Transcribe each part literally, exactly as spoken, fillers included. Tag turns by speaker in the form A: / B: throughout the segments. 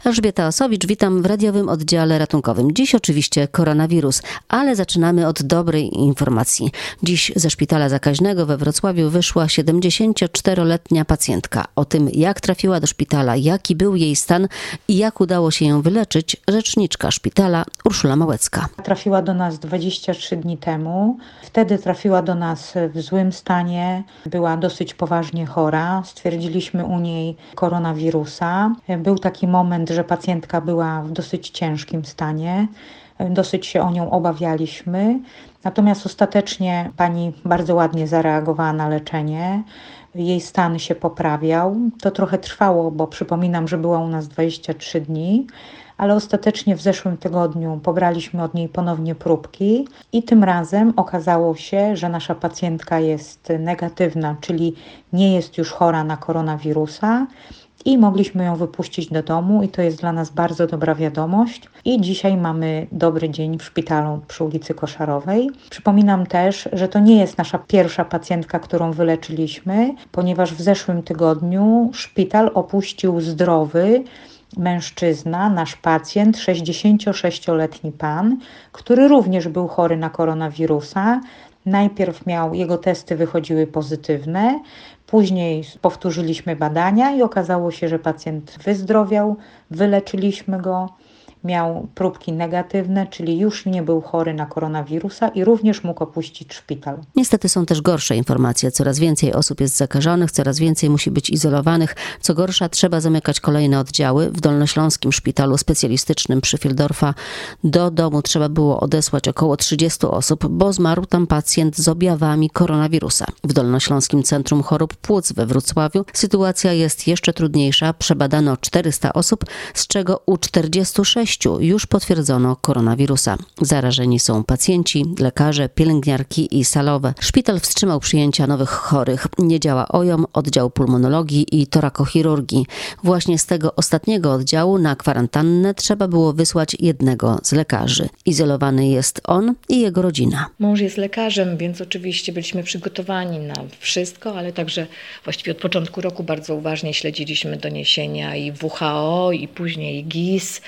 A: Elżbieta Osowicz, witam w radiowym oddziale ratunkowym. Dziś oczywiście koronawirus, ale zaczynamy od dobrej informacji. Dziś ze szpitala zakaźnego we Wrocławiu wyszła siedemdziesięcioczteroletnia pacjentka. O tym, jak trafiła do szpitala, jaki był jej stan i jak udało się ją wyleczyć, rzeczniczka szpitala Urszula Małecka.
B: Trafiła do nas dwadzieścia trzy dni temu. Wtedy trafiła do nas w złym stanie. Była dosyć poważnie chora. Stwierdziliśmy u niej koronawirusa. Był taki moment, że pacjentka była w dosyć ciężkim stanie. Dosyć się o nią obawialiśmy. Natomiast ostatecznie pani bardzo ładnie zareagowała na leczenie. Jej stan się poprawiał. To trochę trwało, bo przypominam, że była u nas dwadzieścia trzy dni, ale ostatecznie w zeszłym tygodniu pobraliśmy od niej ponownie próbki i tym razem okazało się, że nasza pacjentka jest negatywna, czyli nie jest już chora na koronawirusa i mogliśmy ją wypuścić do domu i to jest dla nas bardzo dobra wiadomość. I dzisiaj mamy dobry dzień w szpitalu przy ulicy Koszarowej. Przypominam też, że to nie jest nasza pierwsza pacjentka, którą wyleczyliśmy, ponieważ w zeszłym tygodniu szpital opuścił zdrowy mężczyzna, nasz pacjent, sześćdziesięciosześcioletni pan, który również był chory na koronawirusa. Najpierw miał, jego testy wychodziły pozytywne, później powtórzyliśmy badania i okazało się, że pacjent wyzdrowiał, wyleczyliśmy go. Miał próbki negatywne, czyli już nie był chory na koronawirusa i również mógł opuścić szpital.
A: Niestety są też gorsze informacje. Coraz więcej osób jest zakażonych, coraz więcej musi być izolowanych. Co gorsza, trzeba zamykać kolejne oddziały. W Dolnośląskim Szpitalu Specjalistycznym przy Fieldorfa do domu trzeba było odesłać około trzydzieści osób, bo zmarł tam pacjent z objawami koronawirusa. W Dolnośląskim Centrum Chorób Płuc we Wrocławiu sytuacja jest jeszcze trudniejsza. Przebadano czterysta osób, z czego u czterdziestu sześciu już potwierdzono koronawirusa. Zarażeni są pacjenci, lekarze, pielęgniarki i salowe. Szpital wstrzymał przyjęcia nowych chorych. Nie działa O J O M, oddział pulmonologii i torakochirurgii. Właśnie z tego ostatniego oddziału na kwarantannę trzeba było wysłać jednego z lekarzy. Izolowany jest on i jego rodzina.
C: Mąż jest lekarzem, więc oczywiście byliśmy przygotowani na wszystko, ale także właściwie od początku roku bardzo uważnie śledziliśmy doniesienia i W H O, i później G I S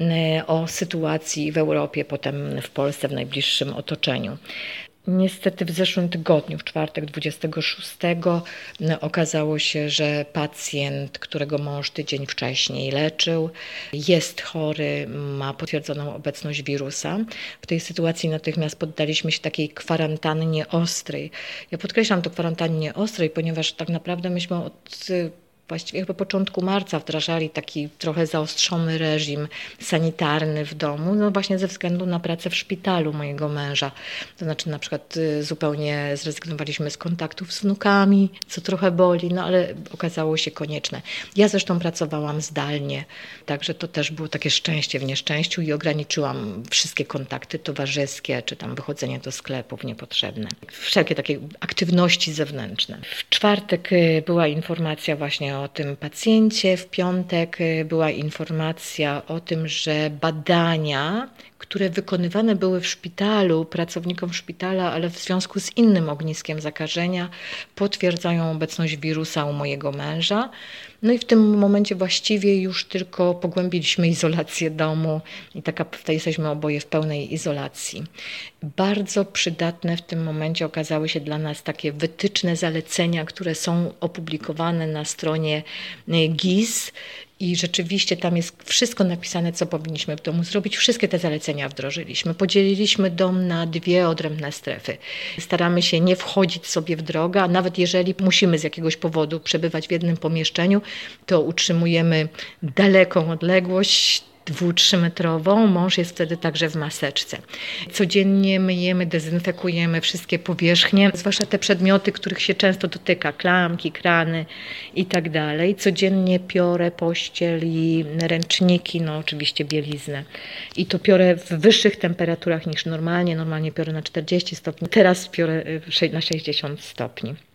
C: o sytuacji w Europie, potem w Polsce, w najbliższym otoczeniu. Niestety w zeszłym tygodniu, w czwartek dwudziestego szóstego okazało się, że pacjent, którego mąż tydzień wcześniej leczył, jest chory, ma potwierdzoną obecność wirusa. W tej sytuacji natychmiast poddaliśmy się takiej kwarantannie ostrej. Ja podkreślam to kwarantannie ostrej, ponieważ tak naprawdę myśmy od właściwie chyba początku marca wdrażali taki trochę zaostrzony reżim sanitarny w domu, no właśnie ze względu na pracę w szpitalu mojego męża. To znaczy na przykład zupełnie zrezygnowaliśmy z kontaktów z wnukami, co trochę boli, no ale okazało się konieczne. Ja zresztą pracowałam zdalnie, także to też było takie szczęście w nieszczęściu i ograniczyłam wszystkie kontakty towarzyskie, czy tam wychodzenie do sklepów niepotrzebne. Wszelkie takie aktywności zewnętrzne. W czwartek była informacja właśnie o tym pacjencie. W piątek była informacja o tym, że badania, które wykonywane były w szpitalu, pracownikom szpitala, ale w związku z innym ogniskiem zakażenia, potwierdzają obecność wirusa u mojego męża. No i w tym momencie właściwie już tylko pogłębiliśmy izolację domu i taka jesteśmy oboje w pełnej izolacji. Bardzo przydatne w tym momencie okazały się dla nas takie wytyczne, zalecenia, które są opublikowane na stronie G I S. I rzeczywiście tam jest wszystko napisane, co powinniśmy w domu zrobić. Wszystkie te zalecenia wdrożyliśmy. Podzieliliśmy dom na dwie odrębne strefy. Staramy się nie wchodzić sobie w drogę, a nawet jeżeli musimy z jakiegoś powodu przebywać w jednym pomieszczeniu, to utrzymujemy daleką odległość, dwu-, trzymetrową. Mąż jest wtedy także w maseczce. Codziennie myjemy, dezynfekujemy wszystkie powierzchnie, zwłaszcza te przedmioty, których się często dotyka, klamki, krany i tak dalej. Codziennie piorę, pościel i ręczniki, no oczywiście bieliznę. I to piorę w wyższych temperaturach niż normalnie. Normalnie piorę na czterdzieści stopni, teraz piorę na sześćdziesiąt stopni.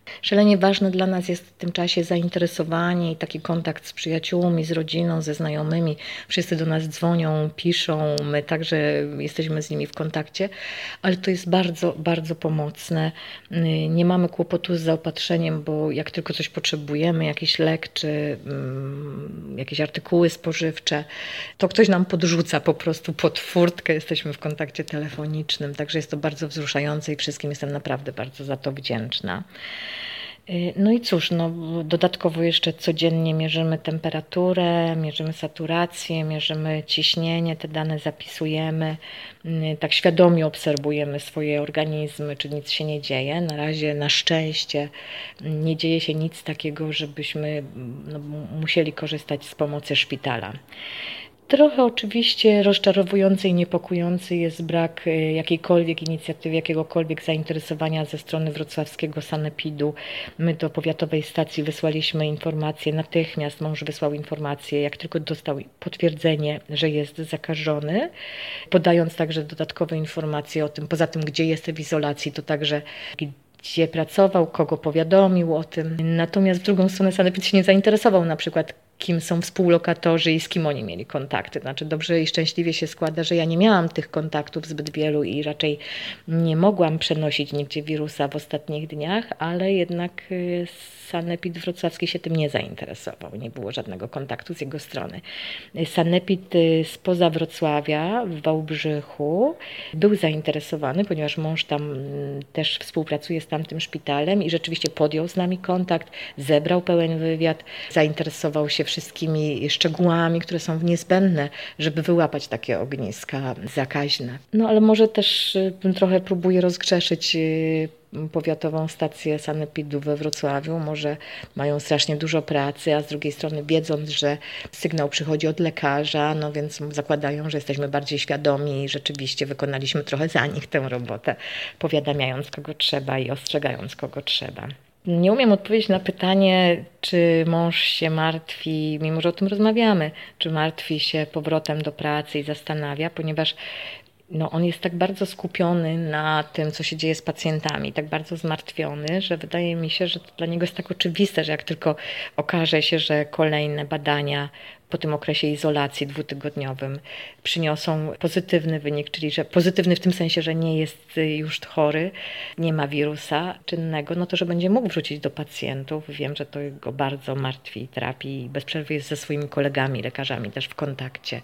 C: Szalenie ważne dla nas jest w tym czasie zainteresowanie i taki kontakt z przyjaciółmi, z rodziną, ze znajomymi. Wszyscy do nas dzwonią, piszą, my także jesteśmy z nimi w kontakcie, ale to jest bardzo, bardzo pomocne. Nie mamy kłopotu z zaopatrzeniem, bo jak tylko coś potrzebujemy, jakiś lek czy um, jakieś artykuły spożywcze, to ktoś nam podrzuca po prostu pod furtkę. Jesteśmy w kontakcie telefonicznym, także jest to bardzo wzruszające i wszystkim jestem naprawdę bardzo za to wdzięczna. No i cóż, no, dodatkowo jeszcze codziennie mierzymy temperaturę, mierzymy saturację, mierzymy ciśnienie, te dane zapisujemy, tak świadomie obserwujemy swoje organizmy, czy nic się nie dzieje. Na razie na szczęście nie dzieje się nic takiego, żebyśmy no, musieli korzystać z pomocy szpitala. Trochę oczywiście rozczarowujący i niepokojący jest brak jakiejkolwiek inicjatywy, jakiegokolwiek zainteresowania ze strony wrocławskiego sanepidu. My do powiatowej stacji wysłaliśmy informację, natychmiast mąż wysłał informację, jak tylko dostał potwierdzenie, że jest zakażony, podając także dodatkowe informacje o tym, poza tym, gdzie jest w izolacji, to także gdzie pracował, kogo powiadomił o tym. Natomiast w drugą stronę sanepid się nie zainteresował na przykład, kim są współlokatorzy i z kim oni mieli kontakty. Znaczy dobrze i szczęśliwie się składa, że ja nie miałam tych kontaktów zbyt wielu i raczej nie mogłam przenosić nigdzie wirusa w ostatnich dniach, ale jednak sanepid wrocławski się tym nie zainteresował. Nie było żadnego kontaktu z jego strony. Sanepid spoza Wrocławia w Wałbrzychu był zainteresowany, ponieważ mąż tam też współpracuje z tamtym szpitalem i rzeczywiście podjął z nami kontakt, zebrał pełen wywiad, zainteresował się wszystkimi szczegółami, które są niezbędne, żeby wyłapać takie ogniska zakaźne. No ale może też trochę próbuję rozgrzeszyć powiatową stację sanepidu we Wrocławiu. Może mają strasznie dużo pracy, a z drugiej strony wiedząc, że sygnał przychodzi od lekarza, no więc zakładają, że jesteśmy bardziej świadomi i rzeczywiście wykonaliśmy trochę za nich tę robotę, powiadamiając kogo trzeba i ostrzegając kogo trzeba. Nie umiem odpowiedzieć na pytanie, czy mąż się martwi, mimo że o tym rozmawiamy, czy martwi się powrotem do pracy i zastanawia, ponieważ no, on jest tak bardzo skupiony na tym, co się dzieje z pacjentami, tak bardzo zmartwiony, że wydaje mi się, że to dla niego jest tak oczywiste, że jak tylko okaże się, że kolejne badania po tym okresie izolacji dwutygodniowym przyniosą pozytywny wynik, czyli że pozytywny w tym sensie, że nie jest już chory, nie ma wirusa czynnego, no to że będzie mógł wrócić do pacjentów. Wiem, że to go bardzo martwi i trapi i bez przerwy jest ze swoimi kolegami, lekarzami też w kontakcie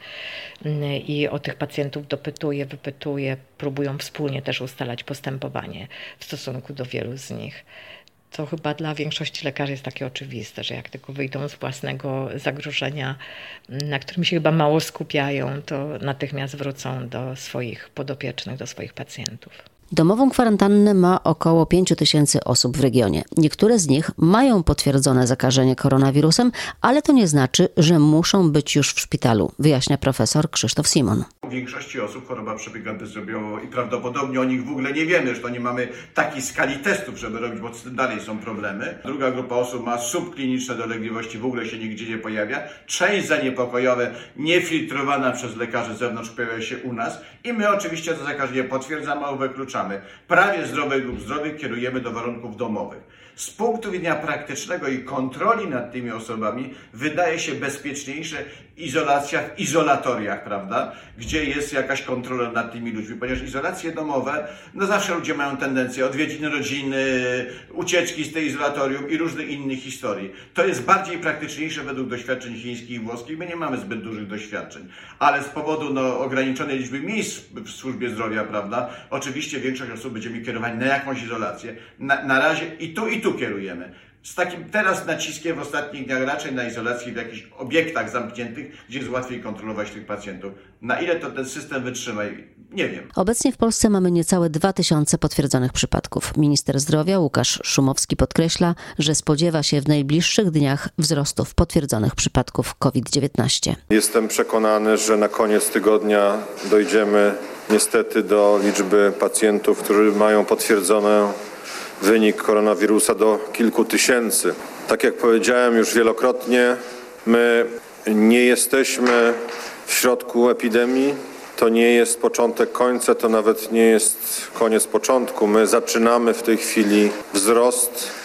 C: i o tych pacjentów dopytuje, wypytuje, próbują wspólnie też ustalać postępowanie w stosunku do wielu z nich. To chyba dla większości lekarzy jest takie oczywiste, że jak tylko wyjdą z własnego zagrożenia, na którym się chyba mało skupiają, to natychmiast wrócą do swoich podopiecznych, do swoich pacjentów.
A: Domową kwarantannę ma około pięć tysięcy osób w regionie. Niektóre z nich mają potwierdzone zakażenie koronawirusem, ale to nie znaczy, że muszą być już w szpitalu, wyjaśnia profesor Krzysztof Simon.
D: U większości osób choroba przebiega bezobjawowo i prawdopodobnie o nich w ogóle nie wiemy, że to nie mamy takiej skali testów, żeby robić, bo dalej są problemy. Druga grupa osób ma subkliniczne dolegliwości, w ogóle się nigdzie nie pojawia. Część zaniepokojowe, niefiltrowana przez lekarzy z zewnątrz pojawia się u nas i my oczywiście to zakażenie potwierdzamy albo wykluczamy. Prawie zdrowych lub zdrowych kierujemy do warunków domowych. Z punktu widzenia praktycznego i kontroli nad tymi osobami wydaje się bezpieczniejsze izolacja w izolatoriach, prawda? Gdzie jest jakaś kontrola nad tymi ludźmi, ponieważ izolacje domowe, no zawsze ludzie mają tendencję odwiedzin rodziny, ucieczki z tej izolatorium i różnych innych historii. To jest bardziej praktyczniejsze według doświadczeń chińskich i włoskich. My nie mamy zbyt dużych doświadczeń, ale z powodu no, ograniczonej liczby miejsc w służbie zdrowia, prawda? Oczywiście większość osób będziemy kierowani na jakąś izolację. Na, na razie i tu i tu kierujemy. Z takim teraz naciskiem w ostatnich dniach raczej na izolację w jakichś obiektach zamkniętych, gdzie jest łatwiej kontrolować tych pacjentów. Na ile to ten system wytrzyma, nie wiem.
A: Obecnie w Polsce mamy niecałe dwa tysiące potwierdzonych przypadków. Minister zdrowia Łukasz Szumowski podkreśla, że spodziewa się w najbliższych dniach wzrostów potwierdzonych przypadków kowid dziewiętnaście.
E: Jestem przekonany, że na koniec tygodnia dojdziemy niestety do liczby pacjentów, którzy mają potwierdzone wynik koronawirusa do kilku tysięcy. Tak jak powiedziałem już wielokrotnie, my nie jesteśmy w środku epidemii. To nie jest początek końca, to nawet nie jest koniec początku. My zaczynamy w tej chwili wzrost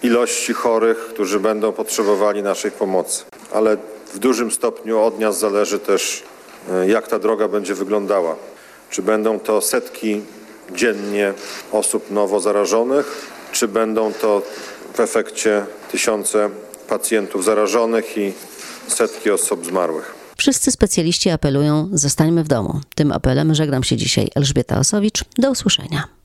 E: ilości chorych, którzy będą potrzebowali naszej pomocy. Ale w dużym stopniu od nas zależy też, jak ta droga będzie wyglądała. Czy będą to setki dziennie osób nowo zarażonych, czy będą to w efekcie tysiące pacjentów zarażonych i setki osób zmarłych.
A: Wszyscy specjaliści apelują: zostańmy w domu. Tym apelem żegnam się dzisiaj. Elżbieta Osowicz. Do usłyszenia.